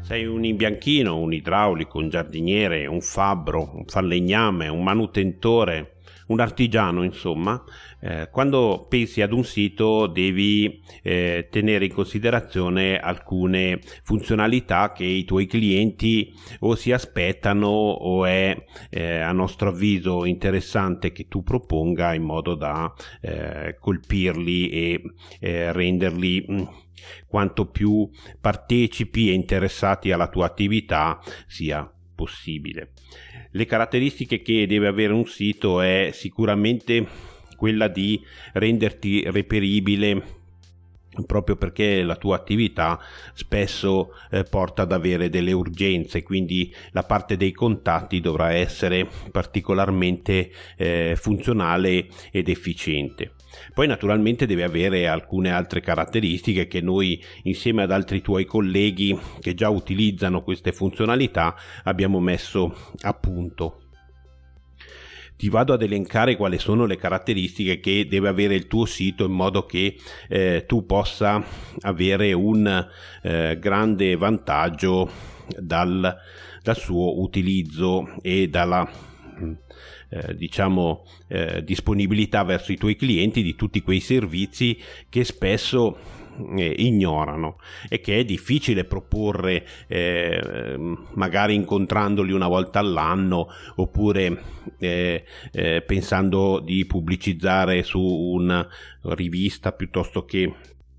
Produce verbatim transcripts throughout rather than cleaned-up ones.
Sei un imbianchino, un idraulico, un giardiniere, un fabbro, un falegname, un manutentore, un artigiano, insomma, eh, quando pensi ad un sito devi eh, tenere in considerazione alcune funzionalità che i tuoi clienti o si aspettano o è eh, a nostro avviso interessante che tu proponga in modo da eh, colpirli e eh, renderli mh, quanto più partecipi e interessati alla tua attività sia possibile. Le caratteristiche che deve avere un sito è sicuramente quella di renderti reperibile, proprio perché la tua attività spesso eh, porta ad avere delle urgenze, quindi la parte dei contatti dovrà essere particolarmente eh, funzionale ed efficiente. Poi naturalmente deve avere alcune altre caratteristiche che noi, insieme ad altri tuoi colleghi che già utilizzano queste funzionalità, abbiamo messo a punto. Ti vado ad elencare quali sono le caratteristiche che deve avere il tuo sito in modo che eh, tu possa avere un eh, grande vantaggio dal, dal suo utilizzo e dalla eh, diciamo eh, disponibilità verso i tuoi clienti di tutti quei servizi che spesso Eh, ignorano e che è difficile proporre eh, magari incontrandoli una volta all'anno oppure eh, eh, pensando di pubblicizzare su una rivista piuttosto che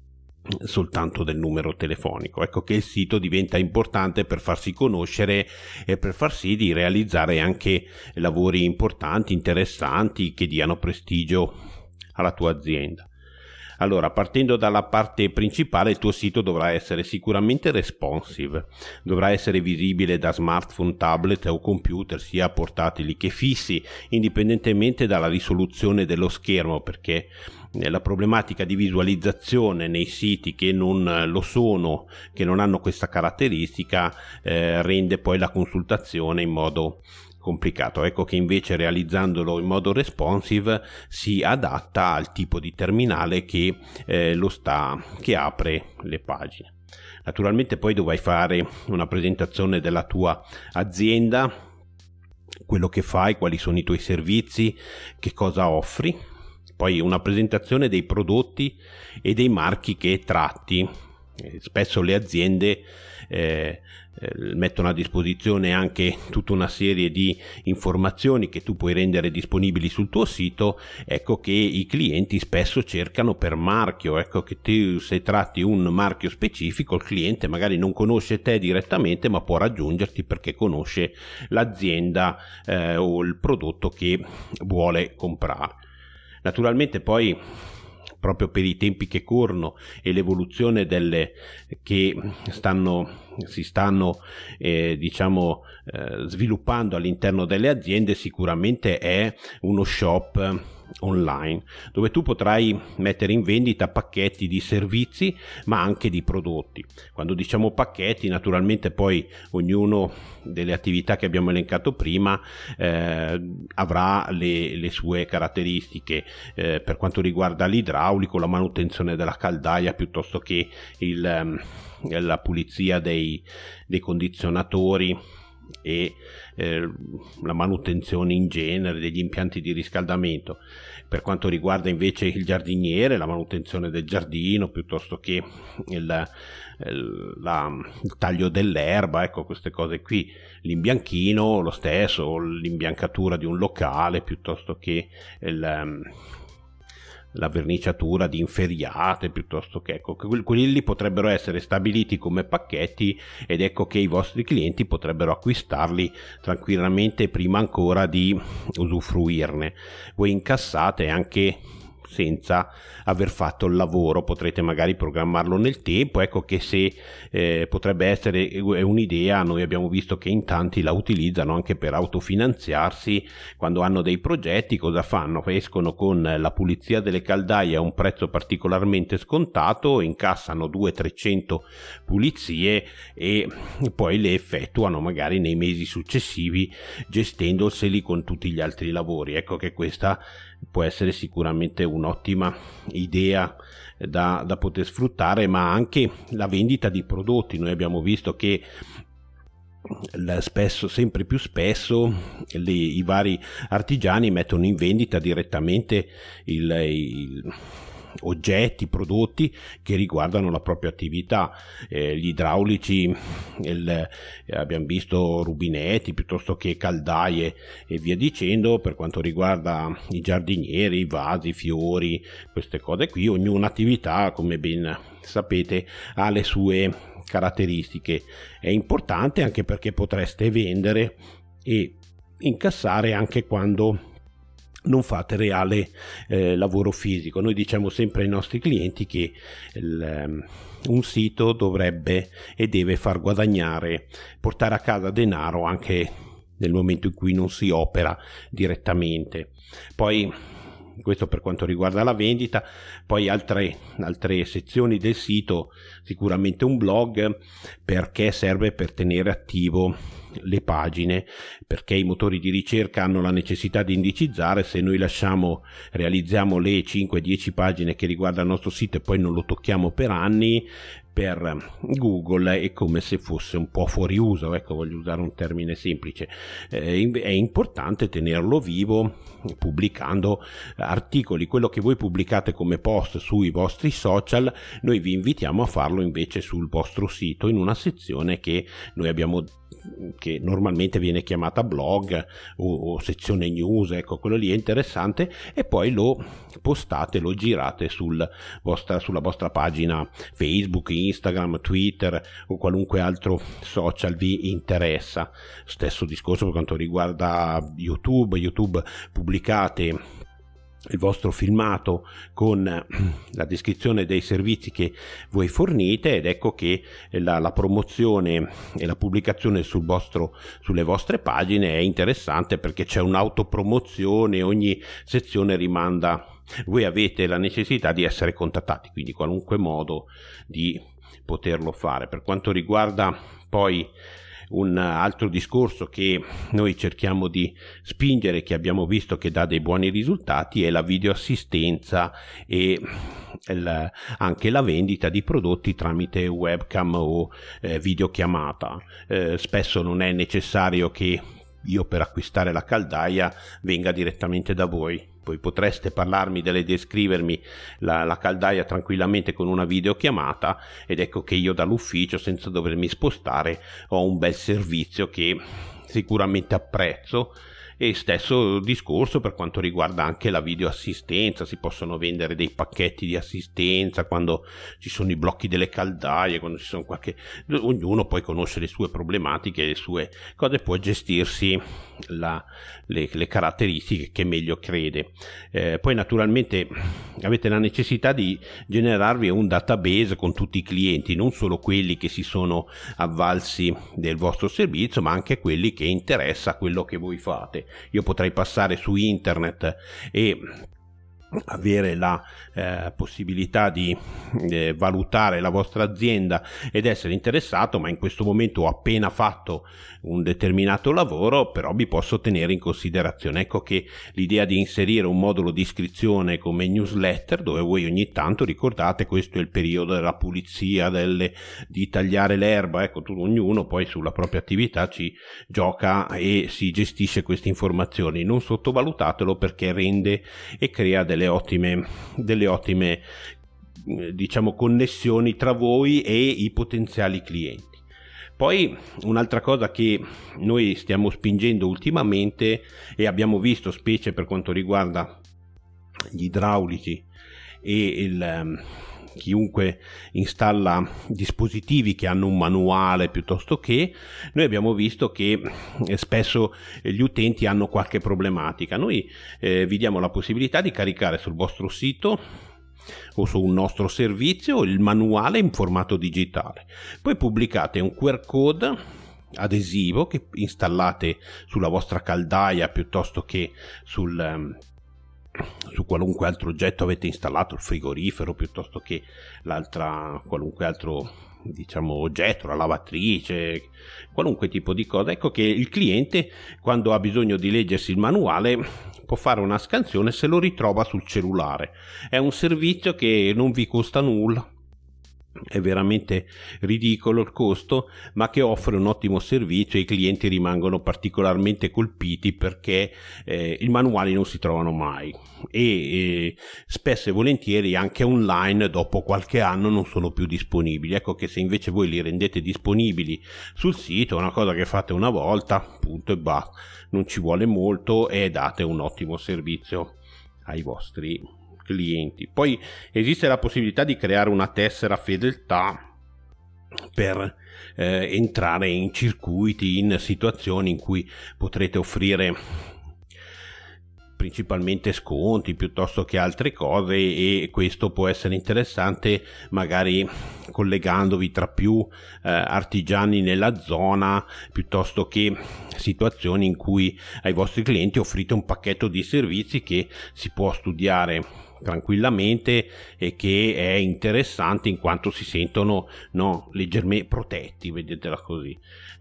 soltanto del numero telefonico. Ecco che il sito diventa importante per farsi conoscere e per far sì di realizzare anche lavori importanti, interessanti, che diano prestigio alla tua azienda. Allora, partendo dalla parte principale, il tuo sito dovrà essere sicuramente responsive, dovrà essere visibile da smartphone, tablet o computer, sia portatili che fissi, indipendentemente dalla risoluzione dello schermo, perché la problematica di visualizzazione nei siti che non lo sono, che non hanno questa caratteristica, eh, rende poi la consultazione in modo complicato. Ecco che invece realizzandolo in modo responsive si adatta al tipo di terminale che eh, lo sta che apre le pagine. Naturalmente poi dovrai fare una presentazione della tua azienda, quello che fai, quali sono i tuoi servizi, che cosa offri, poi una presentazione dei prodotti e dei marchi che tratti. Eh, spesso le aziende eh, eh, mettono a disposizione anche tutta una serie di informazioni che tu puoi rendere disponibili sul tuo sito. Ecco che i clienti spesso cercano per marchio, ecco che tu, se tratti un marchio specifico, il cliente magari non conosce te direttamente ma può raggiungerti perché conosce l'azienda eh, o il prodotto che vuole comprare. Naturalmente poi, proprio per i tempi che corrono e l'evoluzione delle che stanno si stanno eh, diciamo eh, sviluppando all'interno delle aziende, sicuramente è uno shop online dove tu potrai mettere in vendita pacchetti di servizi ma anche di prodotti. Quando diciamo pacchetti, naturalmente poi ognuno delle attività che abbiamo elencato prima eh, avrà le, le sue caratteristiche. Eh, per quanto riguarda l'idraulico, la manutenzione della caldaia piuttosto che il, la pulizia dei, dei condizionatori e eh, la manutenzione in genere degli impianti di riscaldamento. Per quanto riguarda invece il giardiniere, la manutenzione del giardino piuttosto che il, il, la, il taglio dell'erba, ecco queste cose qui, l'imbianchino lo stesso, l'imbiancatura di un locale piuttosto che il la verniciatura di inferriate piuttosto che, ecco, quelli potrebbero essere stabiliti come pacchetti ed ecco che i vostri clienti potrebbero acquistarli tranquillamente prima ancora di usufruirne. Voi incassate anche senza aver fatto il lavoro, potrete magari programmarlo nel tempo. Ecco che se eh, potrebbe essere un'idea, noi abbiamo visto che in tanti la utilizzano anche per autofinanziarsi quando hanno dei progetti. Cosa fanno? Escono con la pulizia delle caldaie a un prezzo particolarmente scontato, incassano duecento trecento pulizie e poi le effettuano magari nei mesi successivi gestendoseli con tutti gli altri lavori. Ecco che questa può essere sicuramente un'ottima idea da, da poter sfruttare, ma anche la vendita di prodotti. Noi abbiamo visto che spesso, sempre più spesso, le, i vari artigiani mettono in vendita direttamente il, il oggetti, prodotti che riguardano la propria attività, eh, gli idraulici, il, eh, abbiamo visto rubinetti piuttosto che caldaie e via dicendo. Per quanto riguarda i giardinieri, i vasi, i fiori, queste cose qui, ognuna attività, come ben sapete, ha le sue caratteristiche. È importante anche perché potreste vendere e incassare anche quando non fate reale eh, lavoro fisico. Noi diciamo sempre ai nostri clienti che il, um, un sito dovrebbe e deve far guadagnare, portare a casa denaro anche nel momento in cui non si opera direttamente. Poi questo per quanto riguarda la vendita. Poi altre, altre sezioni del sito, sicuramente un blog, perché serve per tenere attivo le pagine, perché i motori di ricerca hanno la necessità di indicizzare. Se noi lasciamo, realizziamo le cinque dieci pagine che riguardano il nostro sito e poi non lo tocchiamo per anni, per Google è come se fosse un po' fuori uso, ecco, voglio usare un termine semplice. Eh, è importante tenerlo vivo pubblicando articoli. Quello che voi pubblicate come post sui vostri social, noi vi invitiamo a farlo invece sul vostro sito, in una sezione che noi abbiamo, che normalmente viene chiamata blog o, o sezione news, ecco, quello lì è interessante, e poi lo postate, lo girate sul vostra, sulla vostra pagina Facebook, Instagram, Twitter o qualunque altro social vi interessa. Stesso discorso per quanto riguarda YouTube. YouTube pubblicate il vostro filmato con la descrizione dei servizi che voi fornite, ed ecco che la, la promozione e la pubblicazione sul vostro, sulle vostre pagine è interessante, perché c'è un'autopromozione, ogni sezione rimanda, voi avete la necessità di essere contattati, quindi qualunque modo di poterlo fare. Per quanto riguarda poi un altro discorso che noi cerchiamo di spingere, che abbiamo visto che dà dei buoni risultati, è la videoassistenza e il, anche la vendita di prodotti tramite webcam o eh, videochiamata. Eh, spesso non è necessario che io per acquistare la caldaia venga direttamente da voi. Voi potreste parlarmi delle, descrivermi la, la caldaia tranquillamente con una videochiamata, ed ecco che io dall'ufficio, senza dovermi spostare, ho un bel servizio che sicuramente apprezzo. E stesso discorso per quanto riguarda anche la videoassistenza. Si possono vendere dei pacchetti di assistenza quando ci sono i blocchi delle caldaie, quando ci sono qualche, ognuno poi conosce le sue problematiche, le sue cose, può gestirsi la, le, le caratteristiche che meglio crede. Eh, poi naturalmente avete la necessità di generarvi un database con tutti i clienti, non solo quelli che si sono avvalsi del vostro servizio, ma anche quelli che interessa quello che voi fate. Io potrei passare su internet e avere la eh, possibilità di eh, valutare la vostra azienda ed essere interessato, ma in questo momento ho appena fatto un determinato lavoro, però vi posso tenere in considerazione. Ecco che l'idea di inserire un modulo di iscrizione come newsletter, dove voi ogni tanto, ricordate, questo è il periodo della pulizia, delle, di tagliare l'erba, ecco, tu, ognuno poi sulla propria attività ci gioca e si gestisce queste informazioni. Non sottovalutatelo, perché rende e crea delle ottime delle ottime diciamo connessioni tra voi e i potenziali clienti. Poi un'altra cosa che noi stiamo spingendo ultimamente, e abbiamo visto specie per quanto riguarda gli idraulici e il chiunque installa dispositivi che hanno un manuale piuttosto che, noi abbiamo visto che spesso gli utenti hanno qualche problematica. Noi eh, vi diamo la possibilità di caricare sul vostro sito o su un nostro servizio il manuale in formato digitale, poi pubblicate un Q R code adesivo che installate sulla vostra caldaia piuttosto che sul su qualunque altro oggetto avete installato, il frigorifero piuttosto che l'altra, qualunque altro diciamo oggetto, la lavatrice, qualunque tipo di cosa. Ecco che il cliente, quando ha bisogno di leggersi il manuale, può fare una scansione, se lo ritrova sul cellulare. È un servizio che non vi costa nulla, è veramente ridicolo il costo, ma che offre un ottimo servizio e i clienti rimangono particolarmente colpiti perché eh, i manuali non si trovano mai e eh, spesso e volentieri anche online dopo qualche anno non sono più disponibili. Ecco che se invece voi li rendete disponibili sul sito, è una cosa che fate una volta, punto e basta, non ci vuole molto e date un ottimo servizio ai vostri clienti. Poi esiste la possibilità di creare una tessera fedeltà per eh, entrare in circuiti, in situazioni in cui potrete offrire principalmente sconti piuttosto che altre cose, e questo può essere interessante magari collegandovi tra più eh, artigiani nella zona, piuttosto che situazioni in cui ai vostri clienti offrite un pacchetto di servizi che si può studiare tranquillamente e che è interessante in quanto si sentono no, leggermente protetti, vedetela così.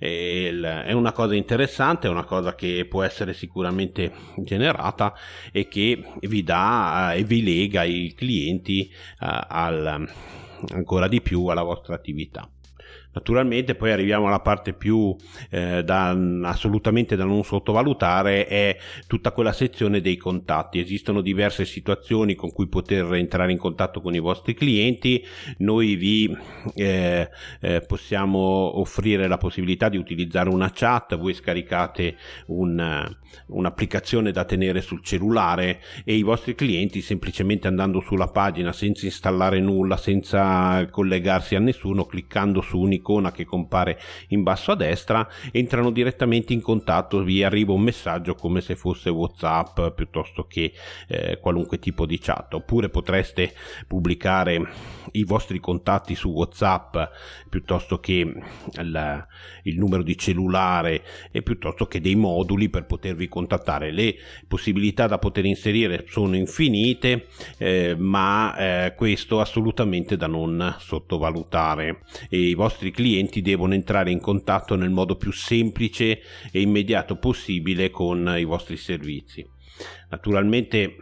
È una cosa interessante, è una cosa che può essere sicuramente generata e che vi dà e vi lega i clienti al, ancora di più alla vostra attività. Naturalmente poi arriviamo alla parte più eh, da, assolutamente da non sottovalutare, è tutta quella sezione dei contatti. Esistono diverse situazioni con cui poter entrare in contatto con i vostri clienti. Noi vi eh, eh, possiamo offrire la possibilità di utilizzare una chat. Voi scaricate un, un'applicazione da tenere sul cellulare e i vostri clienti, semplicemente andando sulla pagina senza installare nulla, senza collegarsi a nessuno, cliccando su un'icona che compare in basso a destra, entrano direttamente in contatto. Vi arriva un messaggio come se fosse WhatsApp piuttosto che eh, qualunque tipo di chat. Oppure potreste pubblicare i vostri contatti su WhatsApp piuttosto che il, il numero di cellulare e piuttosto che dei moduli per potervi contattare. Le possibilità da poter inserire sono infinite, eh, ma eh, questo assolutamente da non sottovalutare, e i vostri clienti devono entrare in contatto nel modo più semplice e immediato possibile con i vostri servizi. Naturalmente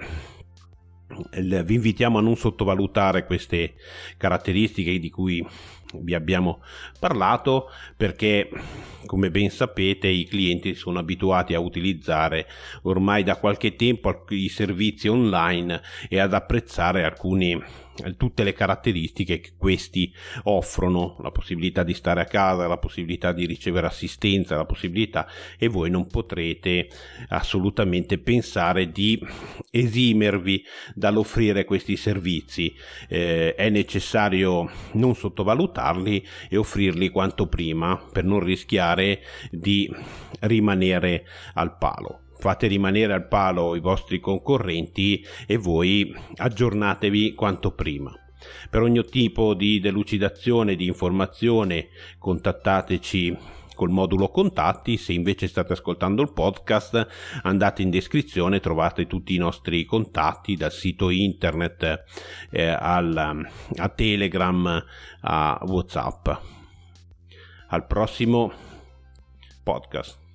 vi invitiamo a non sottovalutare queste caratteristiche di cui vi abbiamo parlato, perché come ben sapete i clienti sono abituati a utilizzare ormai da qualche tempo i servizi online e ad apprezzare alcuni tutte le caratteristiche che questi offrono, la possibilità di stare a casa, la possibilità di ricevere assistenza, la possibilità, e voi non potrete assolutamente pensare di esimervi dall'offrire questi servizi. Eh, è necessario non sottovalutarli e offrirli quanto prima per non rischiare di rimanere al palo. Fate rimanere al palo i vostri concorrenti e voi aggiornatevi quanto prima. Per ogni tipo di delucidazione, di informazione, contattateci col modulo contatti. Se invece state ascoltando il podcast, andate in descrizione, trovate tutti i nostri contatti, dal sito internet eh, al, a Telegram, a WhatsApp. Al prossimo podcast.